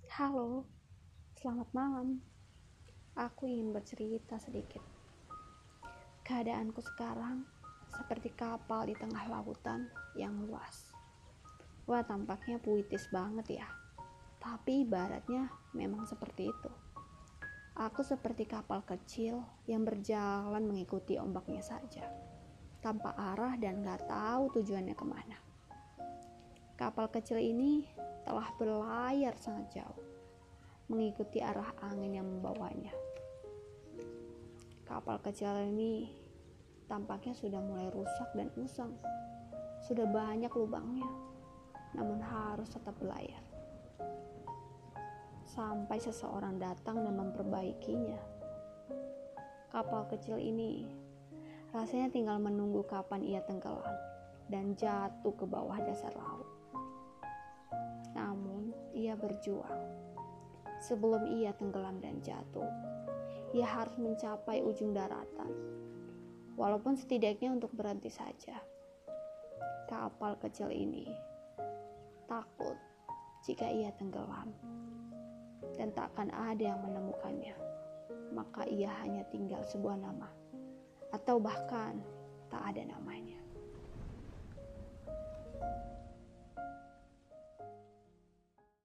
Halo, selamat malam. Aku ingin bercerita sedikit. Keadaanku sekarang seperti kapal di tengah lautan yang luas. Wah, tampaknya puitis banget ya. Tapi ibaratnya memang seperti itu. Aku seperti kapal kecil yang berjalan mengikuti ombaknya saja, tanpa arah dan gak tahu tujuannya kemana. Kapal kecil ini telah berlayar sangat jauh, mengikuti arah angin yang membawanya. Kapal kecil ini tampaknya sudah mulai rusak dan usang. Sudah banyak lubangnya, namun harus tetap berlayar. Sampai seseorang datang dan memperbaikinya. Kapal kecil ini rasanya tinggal menunggu kapan ia tenggelam dan jatuh ke bawah dasar laut. Namun ia berjuang. Sebelum ia tenggelam dan jatuh, ia harus mencapai ujung daratan, walaupun setidaknya untuk berhenti saja. Kapal kecil ini takut jika ia tenggelam dan takkan ada yang menemukannya, maka ia hanya tinggal sebuah nama, atau bahkan tak ada namanya.